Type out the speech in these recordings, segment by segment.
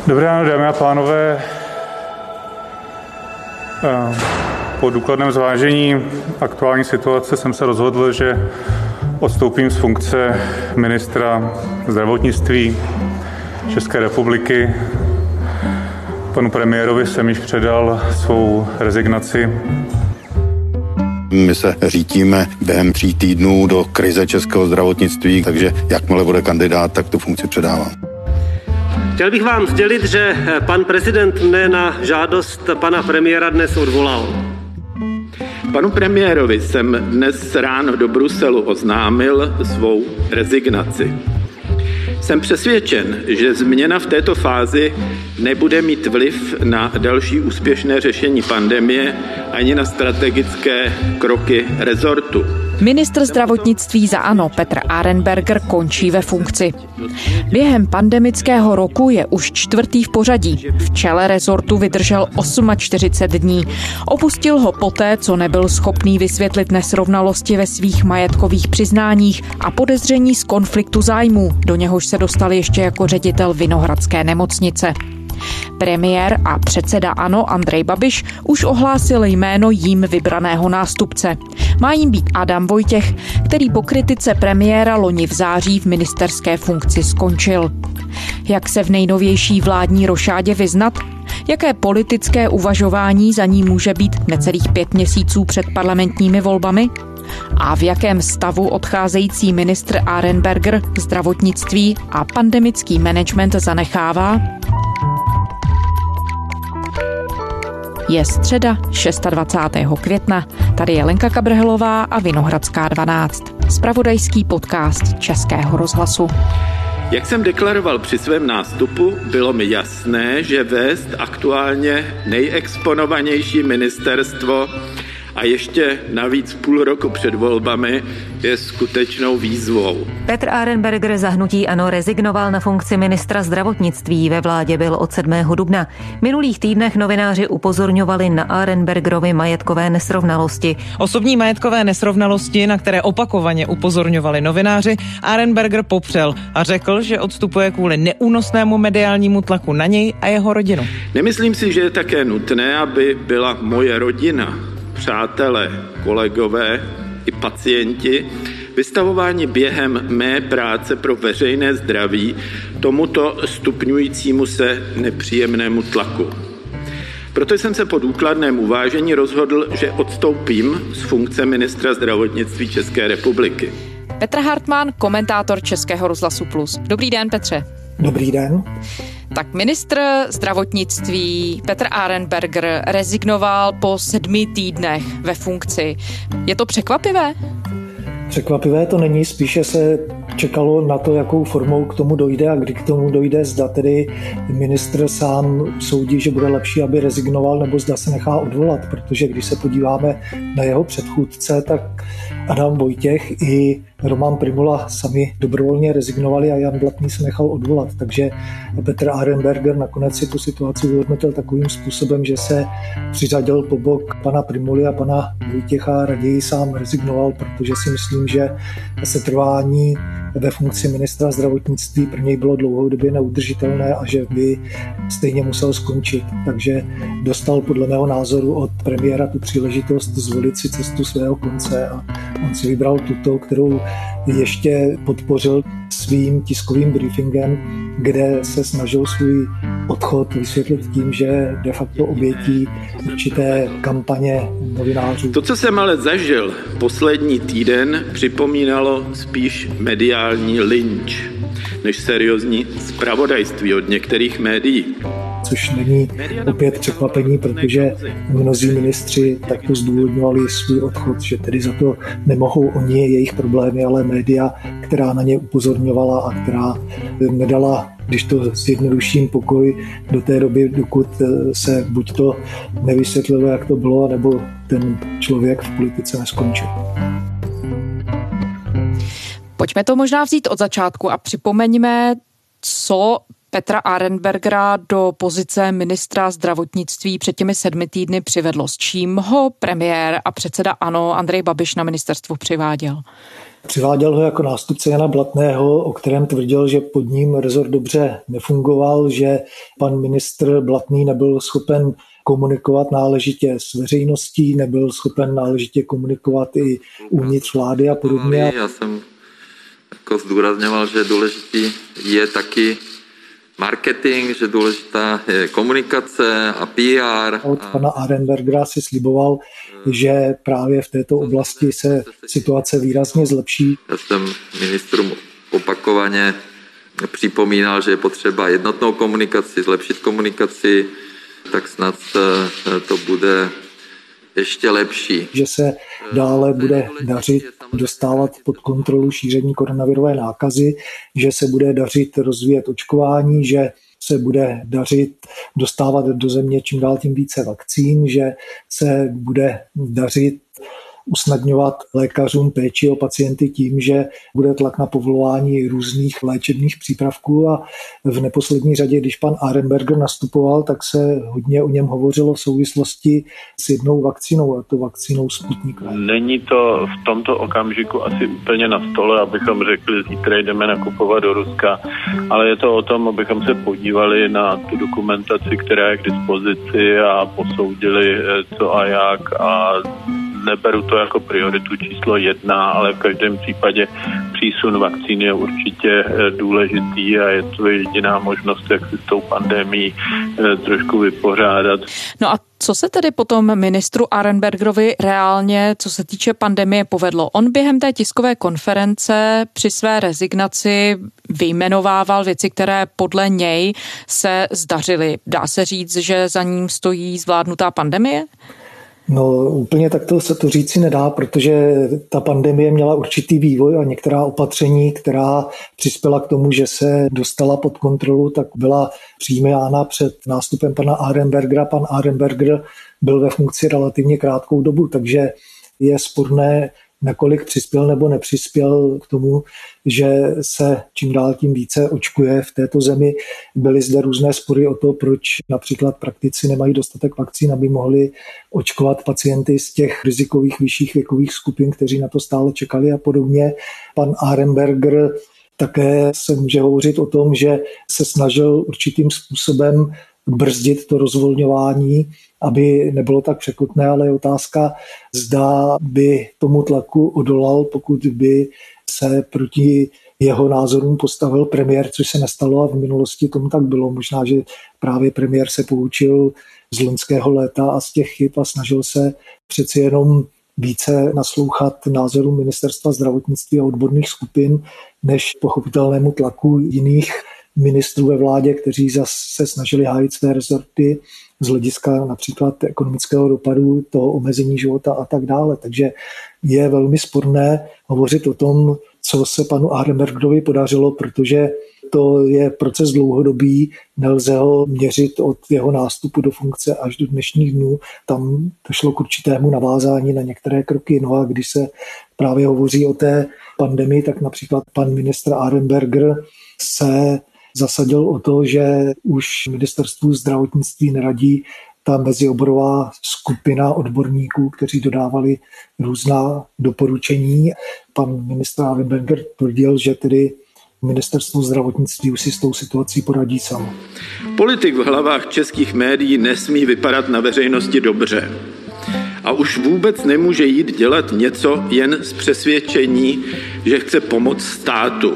Dobré ráno, dámy a pánové. Po důkladném zvážení aktuální situace jsem se rozhodl, že odstoupím z funkce ministra zdravotnictví České republiky. Panu premiérovi jsem již předal svou rezignaci. My se řítíme během 3 týdnů do krize českého zdravotnictví, takže jakmile bude kandidát, tak tu funkci předávám. Chtěl bych vám sdělit, že pan prezident mne na žádost pana premiéra dnes odvolal. Panu premiérovi jsem dnes ráno do Bruselu oznámil svou rezignaci. Jsem přesvědčen, že změna v této fázi nebude mít vliv na další úspěšné řešení pandemie ani na strategické kroky rezortu. Ministr zdravotnictví za ANO Petr Arenberger končí ve funkci. Během pandemického roku je už 4. v pořadí. V čele rezortu vydržel 48 dní. Opustil ho poté, co nebyl schopný vysvětlit nesrovnalosti ve svých majetkových přiznáních a podezření z konfliktu zájmů, do něhož se dostal ještě jako ředitel Vinohradské nemocnice. Premiér a předseda ANO Andrej Babiš už ohlásil jméno jím vybraného nástupce. Má jím být Adam Vojtěch, který po kritice premiéra loni v září v ministerské funkci skončil. Jak se v nejnovější vládní rošádě vyznat? Jaké politické uvažování za ní může být necelých 5 měsíců před parlamentními volbami? A v jakém stavu odcházející ministr Arenberger zdravotnictví a pandemický management zanechává? Je středa 26. května. Tady je Lenka Kabrhelová a Vinohradská 12. Zpravodajský podcast Českého rozhlasu. Jak jsem deklaroval při svém nástupu, bylo mi jasné, že vést aktuálně nejexponovanější ministerstvo a ještě navíc půl roku před volbami je skutečnou výzvou. Petr Arenberger za hnutí ANO rezignoval na funkci ministra zdravotnictví. Ve vládě byl od 7. dubna. V minulých týdnech novináři upozorňovali na Arenbergerovy majetkové nesrovnalosti. Osobní majetkové nesrovnalosti, na které opakovaně upozorňovali novináři, Arenberger popřel a řekl, že odstupuje kvůli neúnosnému mediálnímu tlaku na něj a jeho rodinu. Nemyslím si, že je také nutné, aby byla moje rodina, přátelé, kolegové i pacienti vystavováni během mé práce pro veřejné zdraví tomuto stupňujícímu se nepříjemnému tlaku. Proto jsem se po důkladném uvážení rozhodl, že odstoupím z funkce ministra zdravotnictví České republiky. Petr Hartmann, komentátor Českého rozhlasu Plus. Dobrý den, Petře. Dobrý den. Tak ministr zdravotnictví Petr Arenberger rezignoval po 7 týdnech ve funkci. Je to překvapivé? Překvapivé to není, spíše se čekalo na to, jakou formou k tomu dojde a kdy k tomu dojde, zda tedy ministr sám soudí, že bude lepší, aby rezignoval, nebo zda se nechá odvolat, protože když se podíváme na jeho předchůdce, tak Adam Vojtěch i Roman Prymula sami dobrovolně rezignovali a Jan Blatný se nechal odvolat, takže Petr Arenberger nakonec si tu situaci vyhodnotil takovým způsobem, že se přiřadil po bok pana Prymuly a pana Vojtěcha a raději sám rezignoval, protože si myslím, že setrvání ve funkci ministra zdravotnictví pro něj bylo dlouhodobě neudržitelné a že by stejně musel skončit. Takže dostal podle mého názoru od premiéra tu příležitost zvolit si cestu svého konce a on si vybral tuto, kterou ještě podpořil svým tiskovým briefingem, kde se snažil svůj odchod vysvětlit tím, že de facto obětí určité kampaně novinářů. To, co jsem ale zažil poslední týden, připomínalo spíš mediální lynč než seriózní zpravodajství od některých médií. Což není opět překvapení, protože mnozí ministři takto zdůvodňovali svůj odchod, že tedy za to nemohou oni, jejich problémy, ale média, která na ně upozorňovala a která nedala, když to zjednoduším, pokoj do té doby, dokud se buď to nevysvětlilo, jak to bylo, nebo ten člověk v politice neskončil. Pojďme to možná vzít od začátku a připomeňme, co Petra Arenbergera do pozice ministra zdravotnictví před těmi 7 týdny přivedlo? S čím ho premiér a předseda ANO Andrej Babiš na ministerstvu přiváděl? Přiváděl ho jako nástupce Jana Blatného, o kterém tvrdil, že pod ním rezort dobře nefungoval, že pan ministr Blatný nebyl schopen komunikovat náležitě s veřejností, nebyl schopen náležitě komunikovat i uvnitř vlády a podobně. Já jsem jako zdůrazňoval, že důležitý je taky marketing, že důležitá je komunikace a PR. Od pana Arenbergera si sliboval, že právě v této oblasti se situace výrazně zlepší. Já jsem ministrům opakovaně připomínal, že je potřeba jednotnou komunikaci, zlepšit komunikaci, tak snad to bude ještě lepší. Že se dále bude dařit dostávat pod kontrolu šíření koronavirové nákazy, že se bude dařit rozvíjet očkování, že se bude dařit dostávat do země čím dál tím více vakcín, že se bude dařit usnadňovat lékařům péči o pacienty tím, že bude tlak na povolování různých léčebných přípravků a v neposlední řadě, když pan Arenberger nastupoval, tak se hodně o něm hovořilo v souvislosti s jednou vakcínou, a to vakcínou Sputnik. Není to v tomto okamžiku asi úplně na stole, abychom řekli, zítra jdeme nakupovat do Ruska, ale je to o tom, abychom se podívali na tu dokumentaci, která je k dispozici a posoudili co a jak a neberu to jako prioritu číslo 1, ale v každém případě přísun vakcíny je určitě důležitý a je to jediná možnost, jak si s tou pandemií trošku vypořádat. No a co se tedy potom ministru Arenbergerovi reálně, co se týče pandemie, povedlo? On během té tiskové konference při své rezignaci vyjmenovával věci, které podle něj se zdařily. Dá se říct, že za ním stojí zvládnutá pandemie? No úplně takto se to říci nedá, protože ta pandemie měla určitý vývoj a některá opatření, která přispěla k tomu, že se dostala pod kontrolu, tak byla přijímána před nástupem pana Arenbergera. Pan Arenberger byl ve funkci relativně krátkou dobu, takže je sporné, nakolik přispěl nebo nepřispěl k tomu, že se čím dál tím více očkuje v této zemi. Byly zde různé spory o to, proč například praktici nemají dostatek vakcín, aby mohli očkovat pacienty z těch rizikových vyšších věkových skupin, kteří na to stále čekali a podobně. Pan Arenberger také se může hovořit o tom, že se snažil určitým způsobem brzdit to rozvolňování, aby nebylo tak překotné, ale je otázka, zda by tomu tlaku odolal, pokud by se proti jeho názorům postavil premiér, což se nestalo a v minulosti tomu tak bylo. Možná, že právě premiér se poučil z loňského léta a z těch chyb a snažil se přeci jenom více naslouchat názorům ministerstva zdravotnictví a odborných skupin, než pochopitelnému tlaku jiných ministrů ve vládě, kteří se snažili hájit své rezorty z hlediska například ekonomického dopadu, toho omezení života a tak dále. Takže je velmi sporné hovořit o tom, co se panu Arenbergerovi podařilo, protože to je proces dlouhodobý, nelze ho měřit od jeho nástupu do funkce až do dnešních dnů. Tam došlo k určitému navázání na některé kroky. No a když se právě hovoří o té pandemii, tak například pan ministr Arenberger se zasadil o to, že už ministerstvu zdravotnictví neradí ta mezioborová skupina odborníků, kteří dodávali různá doporučení. Pan ministr Arenberger tvrdil, že tedy ministerstvo zdravotnictví už si s tou situací poradí samo. Politik v hlavách českých médií nesmí vypadat na veřejnosti dobře. A už vůbec nemůže jít dělat něco jen z přesvědčení, že chce pomoct státu.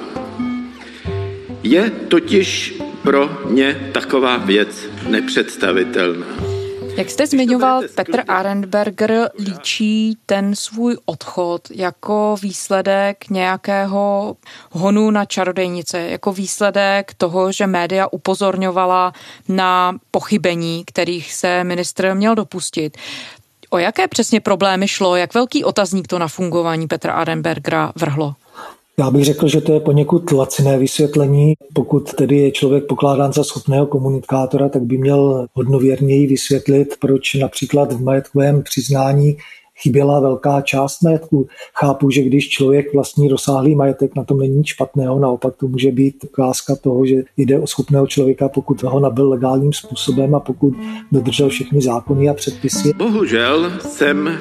Je totiž pro ně taková věc nepředstavitelná. Jak jste zmiňoval, Petr Arenberger líčí ten svůj odchod jako výsledek nějakého honu na čarodejnice, jako výsledek toho, že média upozorňovala na pochybení, kterých se ministr měl dopustit. O jaké přesně problémy šlo, jak velký otazník to na fungování Petra Arenbergera vrhlo? Já bych řekl, že to je poněkud laciné vysvětlení. Pokud tedy je člověk pokládán za schopného komunikátora, tak by měl hodnověrněji vysvětlit, proč například v majetkovém přiznání chyběla velká část majetku. Chápu, že když člověk vlastní rozsáhlý majetek, na tom není nic špatného, naopak to může být ukázka toho, že jde o schopného člověka, pokud ho nabyl legálním způsobem a pokud dodržel všechny zákony a předpisy. Bohužel jsem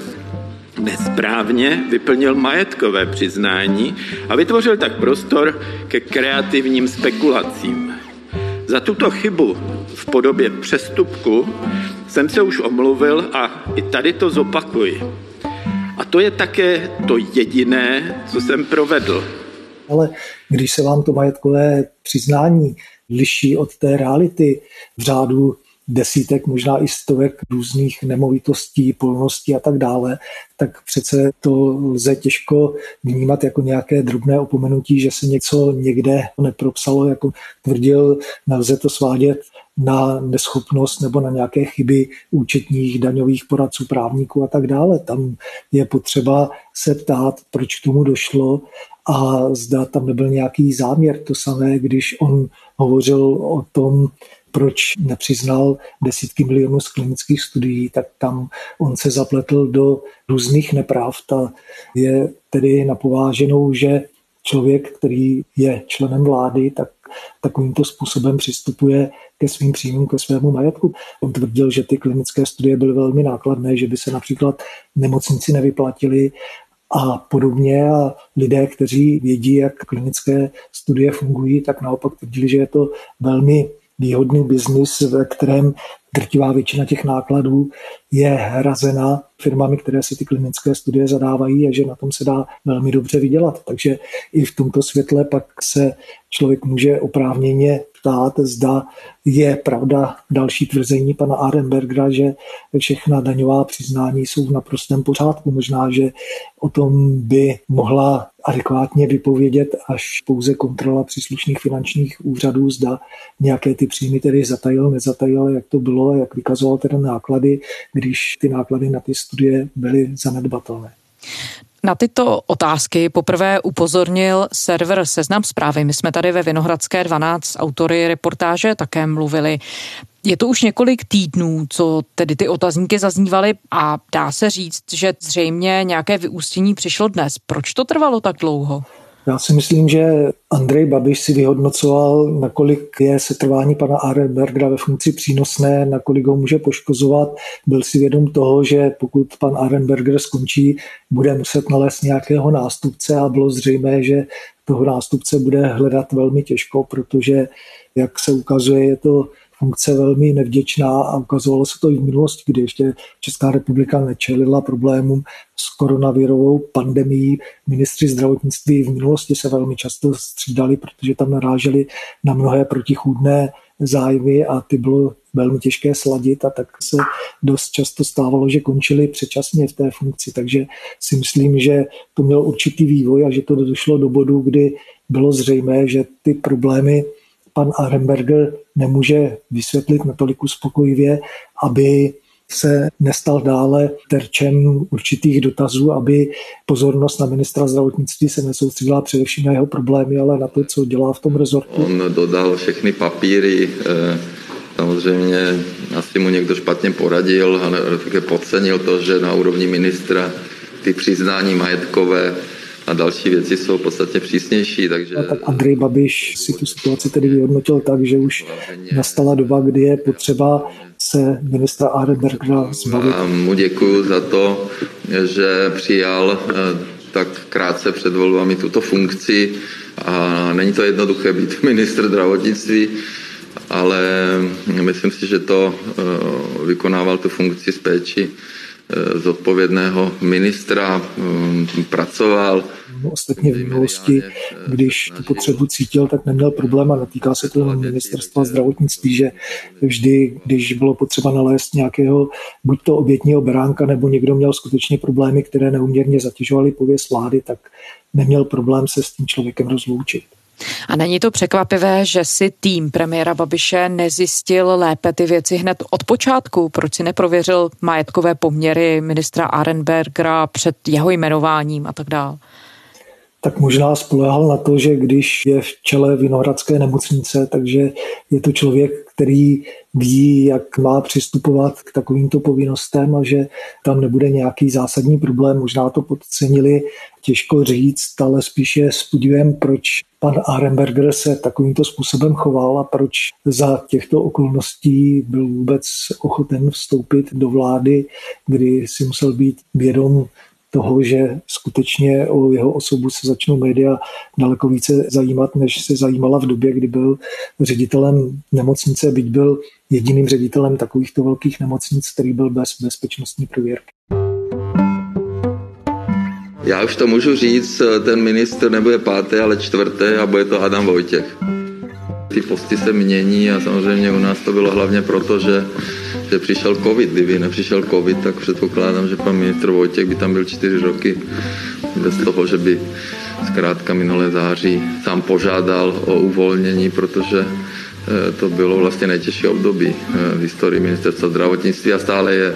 nesprávně vyplnil majetkové přiznání a vytvořil tak prostor ke kreativním spekulacím. Za tuto chybu v podobě přestupku jsem se už omluvil a i tady to zopakuji. A to je také to jediné, co jsem provedl. Ale když se vám to majetkové přiznání liší od té reality v řádu desítek, možná i stovek různých nemovitostí, polností a tak dále, tak přece to lze těžko vnímat jako nějaké drobné opomenutí, že se něco někde nepropsalo, jako tvrdil, nelze to svádět na neschopnost nebo na nějaké chyby účetních, daňových poradců, právníků a tak dále. Tam je potřeba se ptát, proč k tomu došlo a zda tam nebyl nějaký záměr. To samé, když on hovořil o tom, proč nepřiznal desítky milionů z klinických studií, tak tam on se zapletl do různých nepravd a je tedy napováženou, že člověk, který je členem vlády, tak takovýmto způsobem přistupuje ke svým příjmům, ke svému majetku. On tvrdil, že ty klinické studie byly velmi nákladné, že by se například nemocníci nevyplatili a podobně. A lidé, kteří vědí, jak klinické studie fungují, tak naopak tvrdili, že je to velmi výhodný biznis, ve kterém drtivá většina těch nákladů je hrazena firmami, které si ty klinické studie zadávají a že na tom se dá velmi dobře vydělat. Takže i v tomto světle pak se člověk může oprávněně ptát, zda je pravda další tvrzení pana Arenbergera, že všechna daňová přiznání jsou v naprostém pořádku. Možná, že o tom by mohla adekvátně vypovědět až pouze kontrola příslušných finančních úřadů, zda nějaké ty příjmy tedy zatajil, nezatajil, jak to bylo, jak vykazoval tedy náklady, když ty náklady na ty studie byly zanedbatelné. Na tyto otázky poprvé upozornil server Seznam Zprávy. My jsme tady ve Vinohradské 12 s autory reportáže také mluvili. Je to už několik týdnů, co tedy ty otazníky zaznívaly a dá se říct, že zřejmě nějaké vyústění přišlo dnes. Proč to trvalo tak dlouho? Já si myslím, že Andrej Babiš si vyhodnocoval, nakolik je setrvání pana Arenbergera ve funkci přínosné, nakolik ho může poškozovat. Byl si vědom toho, že pokud pan Arenberger skončí, bude muset nalézt nějakého nástupce a bylo zřejmé, že toho nástupce bude hledat velmi těžko, protože, jak se ukazuje, je to funkce velmi nevděčná a ukazovalo se to i v minulosti, kdy ještě Česká republika nečelila problémům s koronavirovou pandemií. Ministři zdravotnictví v minulosti se velmi často střídali, protože tam naráželi na mnohé protichůdné zájmy a ty bylo velmi těžké sladit a tak se dost často stávalo, že končili předčasně v té funkci. Takže si myslím, že to mělo určitý vývoj a že to došlo do bodu, kdy bylo zřejmé, že ty problémy pan Arenberger nemůže vysvětlit natolik uspokojivě, aby se nestal dále terčem určitých dotazů, aby pozornost na ministra zdravotnictví se nesoustředila především na jeho problémy, ale na to, co dělá v tom rezortu. On dodal všechny papíry, samozřejmě asi mu někdo špatně poradil, ale také podcenil to, že na úrovni ministra ty přiznání majetkové a další věci jsou podstatně přísnější. Takže... A tak Andrej Babiš si tu situaci tedy vyhodnotil tak, že už nastala doba, kdy je potřeba se ministra Arenbergera zbavit. A mu děkuju za to, že přijal tak krátce před volbami tuto funkci a není to jednoduché být ministr zdravotnictví, ale myslím si, že to vykonával tu funkci s péči zodpovědného ministra, pracoval. Ostatně v minulosti, když tu potřebu cítil, tak neměl problém a netýká se to ministerstva zdravotnictví, že vždy, když bylo potřeba nalézt nějakého buď to obětního beránka, nebo někdo měl skutečně problémy, které neúměrně zatěžovaly pověst vlády, tak neměl problém se s tím člověkem rozloučit. A není to překvapivé, že si tým premiéra Babiše nezjistil lépe ty věci hned od počátku? Proč si neprověřil majetkové poměry ministra Arenbergera před jeho jmenováním a tak dále? Tak možná spoléhal na to, že když je v čele Vinohradské nemocnice, takže je to člověk, který ví, jak má přistupovat k takovýmto povinnostem a že tam nebude nějaký zásadní problém. Možná to podcenili, těžko říct, ale spíše s podívem, proč pan Arenberger se takovýmto způsobem choval a proč za těchto okolností byl vůbec ochoten vstoupit do vlády, kdy si musel být vědom toho, že skutečně o jeho osobu se začnou média daleko více zajímat, než se zajímala v době, kdy byl ředitelem nemocnice, byť byl jediným ředitelem takovýchto velkých nemocnic, který byl bez bezpečnostní prověrky. Já už to můžu říct, ten ministr nebude 5., ale 4. a bude to Adam Vojtěch. Ty posty se mění a samozřejmě u nás to bylo hlavně proto, že přišel covid. Kdyby nepřišel covid, tak předpokládám, že pan ministr Vojtěch by tam byl 4 roky bez toho, že by zkrátka minulé září sám požádal o uvolnění, protože to bylo vlastně nejtěžší období v historii ministerstva zdravotnictví a stále je.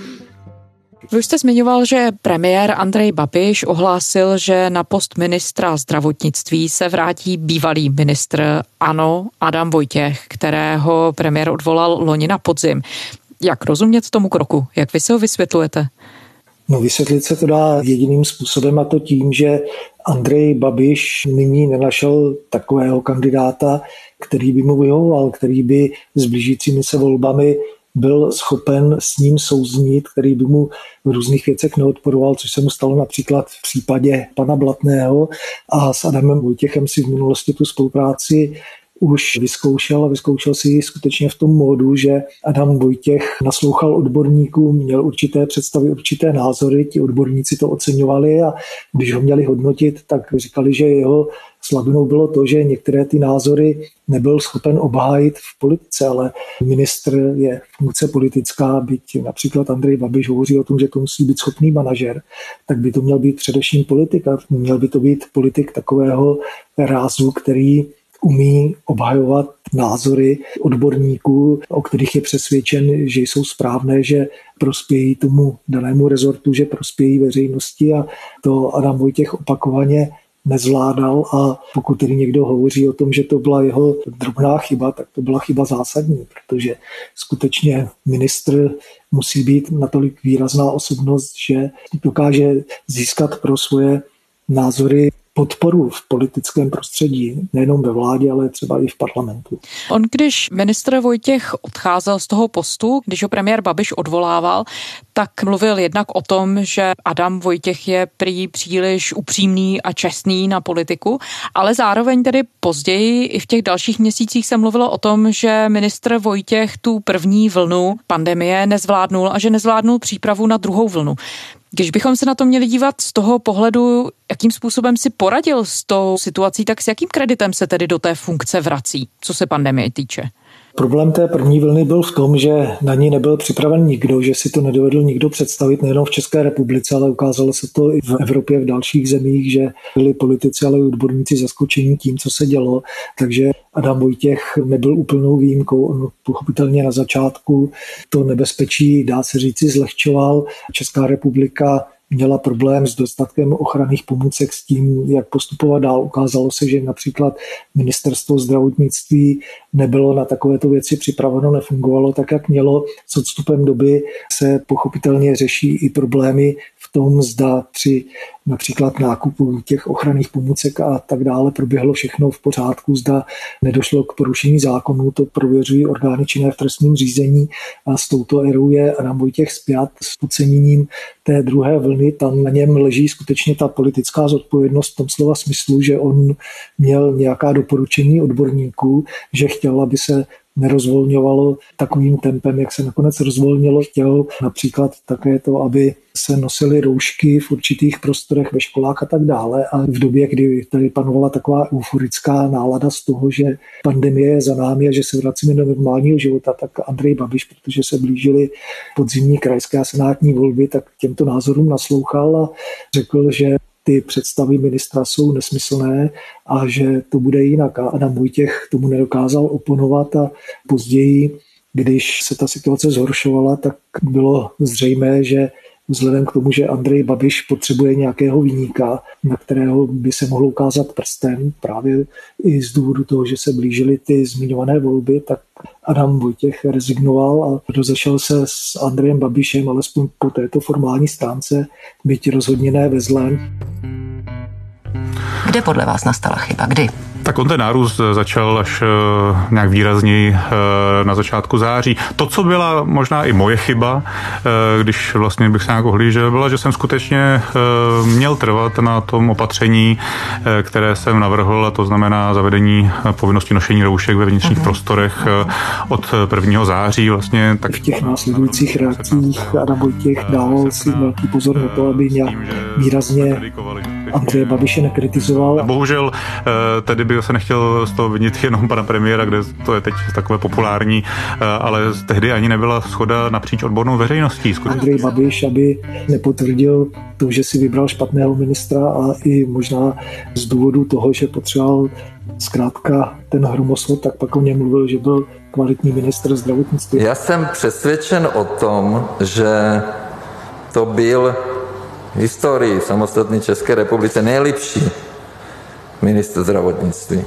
Vy už jste zmiňoval, že premiér Andrej Babiš ohlásil, že na post ministra zdravotnictví se vrátí bývalý ministr ANO Adam Vojtěch, kterého premiér odvolal loni na podzim. Jak rozumět tomu kroku? Jak vy se ho vysvětlujete? No, vysvětlit se to dá jediným způsobem, a to tím, že Andrej Babiš nyní nenašel takového kandidáta, který by mu vyhovoval, který by s blížícími se volbami byl schopen s ním souznít, který by mu v různých věcech neodporoval, což se mu stalo například v případě pana Blatného, a s Adamem Vojtěchem si v minulosti tu spolupráci už vyzkoušel a vyzkoušel si ji skutečně v tom módu, že Adam Vojtěch naslouchal odborníkům, měl určité představy, určité názory, ti odborníci to oceňovali a když ho měli hodnotit, tak říkali, že jeho slabinou bylo to, že některé ty názory nebyl schopen obhájit v politice, ale ministr je funkce politická, byť například Andrej Babiš hovoří o tom, že to musí být schopný manažer, tak by to měl být především politik a měl by to být politik takového rázu, který umí obhajovat názory odborníků, o kterých je přesvědčen, že jsou správné, že prospějí tomu danému rezortu, že prospějí veřejnosti, a to Adam Vojtěch opakovaně nezvládal. A pokud tedy někdo hovoří o tom, že to byla jeho drobná chyba, tak to byla chyba zásadní, protože skutečně ministr musí být natolik výrazná osobnost, že dokáže získat pro svoje názory podporu v politickém prostředí, nejenom ve vládě, ale třeba i v parlamentu. On, když ministr Vojtěch odcházel z toho postu, když ho premiér Babiš odvolával, tak mluvil jednak o tom, že Adam Vojtěch je prý příliš upřímný a čestný na politiku, ale zároveň tedy později i v těch dalších měsících se mluvilo o tom, že ministr Vojtěch tu první vlnu pandemie nezvládnul a že nezvládnul přípravu na druhou vlnu. Když bychom se na to měli dívat z toho pohledu, jakým způsobem si poradil s tou situací, tak s jakým kreditem se tedy do té funkce vrací, co se pandemie týče? Problém té první vlny byl v tom, že na ní nebyl připraven nikdo, že si to nedovedl nikdo představit, nejenom v České republice, ale ukázalo se to i v Evropě, v dalších zemích, že byli politici, ale i odborníci zaskočení tím, co se dělo. Takže Adam Vojtěch nebyl úplnou výjimkou. On pochopitelně na začátku to nebezpečí, dá se říci, zlehčoval. Česká republika měla problém s dostatkem ochranných pomůcek, s tím, jak postupovat dál. Ukázalo se, že například ministerstvo zdravotnictví nebylo na takovéto věci připraveno, nefungovalo tak, jak mělo. S odstupem doby se pochopitelně řeší i problémy v tom, zda při například nákupu těch ochranných pomůcek a tak dále proběhlo všechno v pořádku, zda nedošlo k porušení zákonů, to prověřují orgány činné v trestním řízení, a s touto erou je Adam Vojtěch spjat s oceněním té druhé vlny. Tam na něm leží skutečně ta politická zodpovědnost v tom slova smyslu, že on měl nějaká doporučení odborníků, že chtěl, aby se nerozvolňovalo takovým tempem, jak se nakonec rozvolnilo. Chtěl například také to, aby se nosily roušky v určitých prostorech ve školách a tak dále. A v době, kdy tady panovala taková euforická nálada z toho, že pandemie je za námi a že se vracíme do normálního života, tak Andrej Babiš, protože se blížily podzimní krajské a senátní volby, tak těmto názorům naslouchal a řekl, že ty představy ministra jsou nesmyslné a že to bude jinak. A Adam Vojtěch tomu nedokázal oponovat a později, když se ta situace zhoršovala, tak bylo zřejmé, že vzhledem k tomu, že Andrej Babiš potřebuje nějakého viníka, na kterého by se mohlo ukázat prstem, právě i z důvodu toho, že se blížily ty zmiňované volby, tak Adam Vojtěch rezignoval a rozešel se s Andrejem Babišem, alespoň po této formální stránce, byť rozhodně ne ve zlém. Kde podle vás nastala chyba? Kdy? Tak on ten nárůst začal až nějak výrazněji na začátku září. To, co byla možná i moje chyba, když vlastně bych se nějak ohlížel, byla, že jsem skutečně měl trvat na tom opatření, které jsem navrhl, a to znamená zavedení povinnosti nošení roušek ve vnitřních prostorech od 1. září. Vlastně, tak... V těch následujících reakcích Adam Vojtěch dával si velký pozor na to, aby nějak výrazně Andreje Babiše nekritizoval. Bohužel tedy by se nechtěl z toho vinit jenom pana premiéra, kde to je teď takové populární, ale tehdy ani nebyla shoda napříč odbornou veřejností. Andrej Babiš, aby nepotvrdil to, že si vybral špatného ministra a i možná z důvodu toho, že potřeboval zkrátka ten hromosvod, tak pak o něm mluvil, že byl kvalitní ministr zdravotnictví. Já jsem přesvědčen o tom, že to byl v historii samostatné České republice nejlepší ministr zdravotnictví.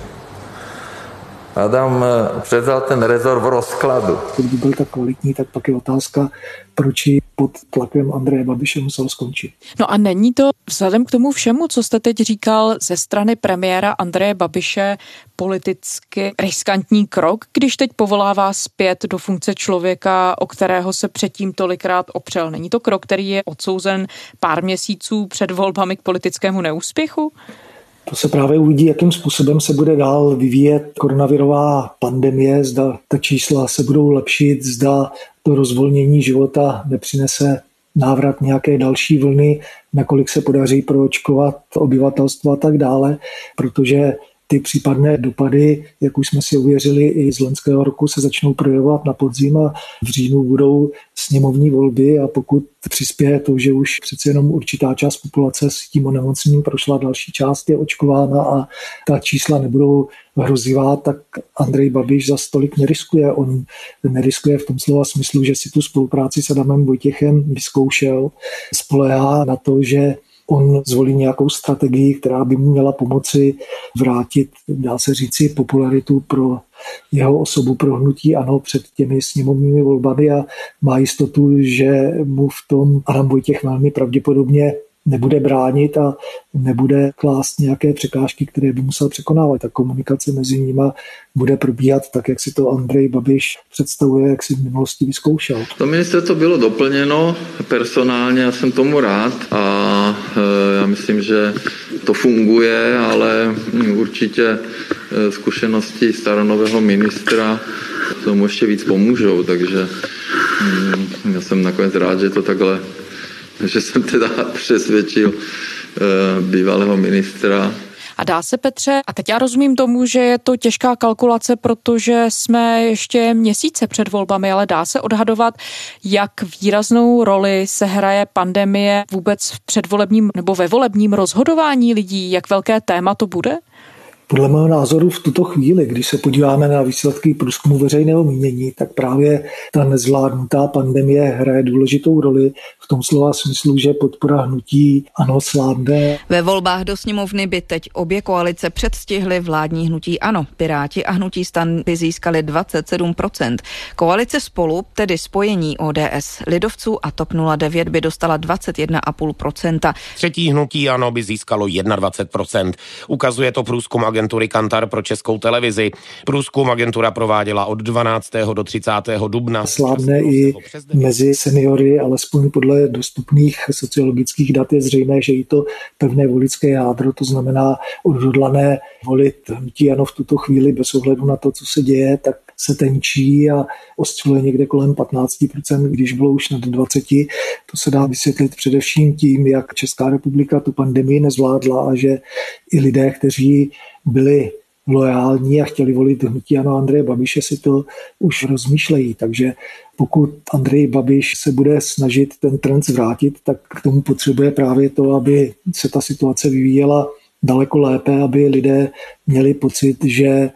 Adam převzal ten rezort v rozkladu. Kdyby byl tak kvalitní, tak pak je otázka, proč ji pod tlakem Andreje Babiše musel skončit. No a není to vzhledem k tomu všemu, co jste teď říkal ze strany premiéra Andreje Babiše, politicky riskantní krok, když teď povolává zpět do funkce člověka, o kterého se předtím tolikrát opřel? Není to krok, který je odsouzen pár měsíců před volbami k politickému neúspěchu? To se právě uvidí, jakým způsobem se bude dál vyvíjet koronavirová pandemie, zda ta čísla se budou lepšit, zda to rozvolnění života nepřinese návrat nějaké další vlny, nakolik se podaří proočkovat obyvatelstvo a tak dále, protože ty případné dopady, jak už jsme si uvěřili i z loňského roku, se začnou projevovat na podzim a v říjnu budou sněmovní volby a pokud přispěje to, že už přece jenom určitá část populace s tím onemocněním prošla, další část je očkována a ta čísla nebudou hrozivá, tak Andrej Babiš za tolik neriskuje. On neriskuje v tom slova smyslu, že si tu spolupráci s Adamem Vojtěchem vyzkoušel, spoléhá na to, že on zvolí nějakou strategii, která by mu měla pomoci vrátit, dá se říci, popularitu pro jeho osobu, pro hnutí ANO před těmi sněmovními volbami a má jistotu, že mu v tom Adam Vojtěch velmi pravděpodobně nebude bránit a nebude klást nějaké překážky, které by musel překonávat. Ta komunikace mezi nima bude probíhat tak, jak si to Andrej Babiš představuje, jak si v minulosti vyzkoušel. To ministerstvo bylo doplněno personálně, já jsem tomu rád a já myslím, že to funguje, ale určitě zkušenosti staronového ministra tomu ještě víc pomůžou, takže já jsem nakonec rád, že to takhle, že jsem teda přesvědčil bývalého ministra. A dá se, Petře, a teď já rozumím tomu, že je to těžká kalkulace, protože jsme ještě měsíce před volbami, ale dá se odhadovat, jak výraznou roli sehraje pandemie vůbec v předvolebním nebo ve volebním rozhodování lidí, jak velké téma to bude? Podle mého názoru v tuto chvíli, když se podíváme na výsledky průzkumu veřejného mínění, tak právě ta nezvládnutá pandemie hraje důležitou roli v tom slova smyslu, že podpora hnutí ANO slabne. Ve volbách do sněmovny by teď obě koalice předstihly vládní hnutí ANO. Piráti a hnutí STAN by získali 27%. Koalice Spolu, tedy spojení ODS, lidovců a TOP 09 by dostala 21,5%. Třetí hnutí ANO by získalo 21%. Ukazuje to průzkum agentury Kantar pro Českou televizi. Průzkum agentura prováděla od 12. do 30. dubna. Slabne i mezi seniory, alespoň podle dostupných sociologických dat je zřejmé, že i to pevné voličské jádro, to znamená odhodlané volit hnutí ANO v tuto chvíli bez ohledu na to, co se děje, tak se tenčí a osciluje někde kolem 15%, když bylo už nad 20%. To se dá vysvětlit především tím, jak Česká republika tu pandemii nezvládla a že i lidé, kteří byli loajální a chtěli volit hnutí ANO Andreje Babiše, si to už rozmýšlejí. Takže pokud Andrej Babiš se bude snažit ten trend zvrátit, tak k tomu potřebuje právě to, aby se ta situace vyvíjela daleko lépe, aby lidé měli pocit, že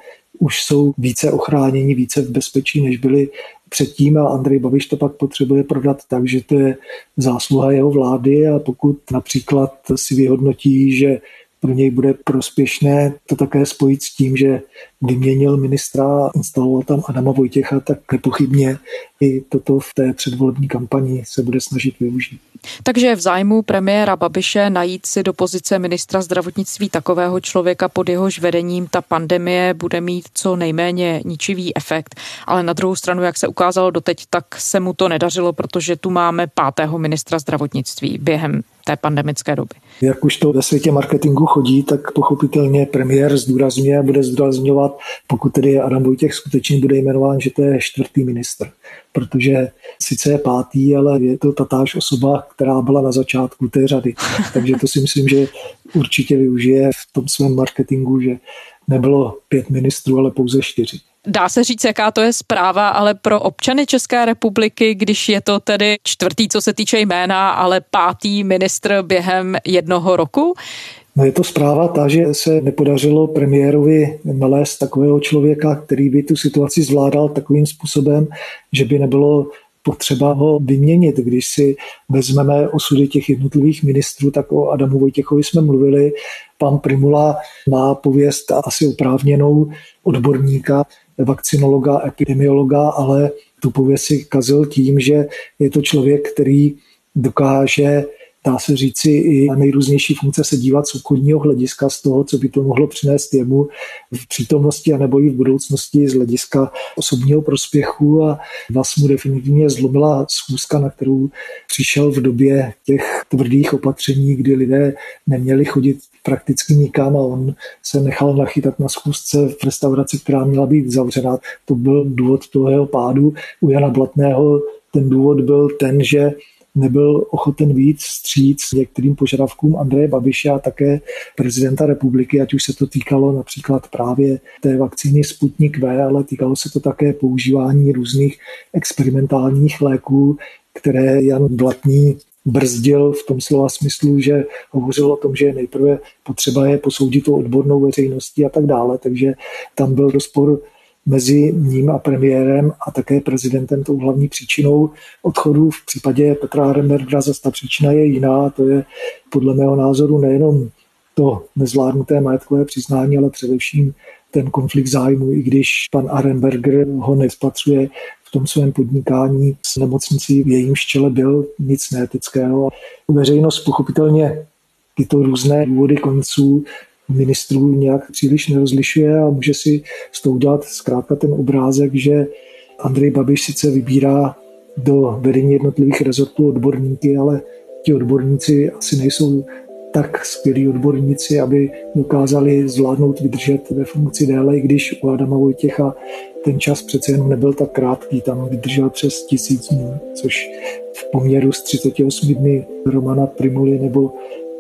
už jsou více ochráněni, více v bezpečí, než byli předtím, a Andrej Babiš to pak potřebuje prodat tak, že to je zásluha jeho vlády, a pokud například si vyhodnotí, že pro něj bude prospěšné to také spojit s tím, že vyměnil ministra a instaloval tam Adama Vojtěcha, tak nepochybně i toto v té předvolební kampani se bude snažit využít. Takže je v zájmu premiéra Babiše najít si do pozice ministra zdravotnictví takového člověka, pod jehož vedením ta pandemie bude mít co nejméně ničivý efekt. Ale na druhou stranu, jak se ukázalo doteď, tak se mu to nedařilo, protože tu máme 5. ministra zdravotnictví během té pandemické doby. Jak už to ve světě marketingu chodí, tak pochopitelně premiér zdůrazňuje a bude zdůrazňovat, pokud tedy Adam Vojtěch skutečně bude jmenován, že to je 4. ministr. Protože sice je 5., ale je to tatáž osoba, která byla na začátku té řady. Takže to si myslím, že určitě využije v tom svém marketingu, že nebylo 5 ministrů, ale pouze 4. Dá se říct, jaká to je zpráva, ale pro občany České republiky, když je to tedy 4., co se týče jména, ale 5. ministr během 1 roku? No je to zpráva ta, že se nepodařilo premiérovi nalézt takového člověka, který by tu situaci zvládal takovým způsobem, že by nebylo potřeba ho vyměnit. Když si vezmeme osudy těch jednotlivých ministrů, tak o Adamu Vojtěchovi jsme mluvili. Pan Prymula má pověst asi oprávněnou odborníka, vakcinologa, epidemiologa, ale tu pověst si kazil tím, že je to člověk, který dokáže, dá se říci, i na nejrůznější funkce se dívat z obchodního hlediska, z toho, co by to mohlo přinést jemu v přítomnosti a nebo i v budoucnosti z hlediska osobního prospěchu, a vás mu definitivně zlomila schůzka, na kterou přišel v době těch tvrdých opatření, kdy lidé neměli chodit prakticky nikam, a on se nechal nachytat na schůzce v restauraci, která měla být zavřená. To byl důvod toho jeho pádu. U Jana Blatného ten důvod byl ten, že nebyl ochoten víc vstříc některým požadavkům Andreje Babiše a také prezidenta republiky, ať už se to týkalo například právě té vakcíny Sputnik V, ale týkalo se to také používání různých experimentálních léků, které Jan Blatný brzdil v tom slova smyslu, že hovořil o tom, že nejprve potřeba je posoudit to odbornou veřejností a tak dále. Takže tam byl rozpor mezi ním a premiérem a také prezidentem. Tou hlavní příčinou odchodu v případě Petra Arenbergera zase ta příčina je jiná. To je podle mého názoru nejenom to nezvládnuté majetkové přiznání, ale především ten konflikt zájmu, i když pan Arenberger ho nespatřuje v tom svém podnikání s nemocnicí, v jejímž čele byl, nic neetického. Veřejnost pochopitelně tyto různé důvody konců ministrů nějak příliš nerozlišuje a může si z toho udělat zkrátka ten obrázek, že Andrej Babiš sice vybírá do vedení jednotlivých rezortů odborníky, ale ti odborníci asi nejsou tak skvělí odborníci, aby dokázali zvládnout vydržet ve funkci déle, i když u Adama Vojtěcha ten čas přece jenom nebyl tak krátký, tam vydržel přes 1000 dní, což v poměru s 38 dny Romana Prymuly nebo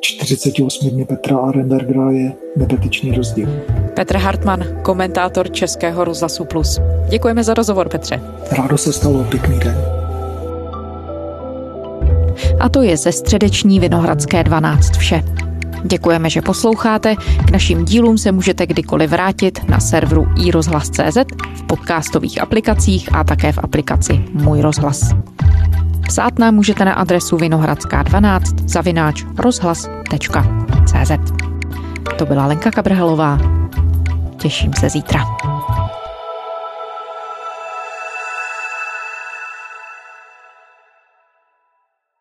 48 dny Petra Arenbergera je nebetičný rozdíl. Petr Hartman, komentátor Českého rozhlasu Plus. Děkujeme za rozhovor, Petře. Rádo se stalo, pěkný den. A to je ze středeční Vinohradské 12 vše. Děkujeme, že posloucháte. K našim dílům se můžete kdykoliv vrátit na serveru iRozhlas.cz, v podcastových aplikacích a také v aplikaci Můj rozhlas. Psát nám můžete na adresu vinohradská12@rozhlas.cz. To byla Lenka Kabrhelová. Těším se zítra.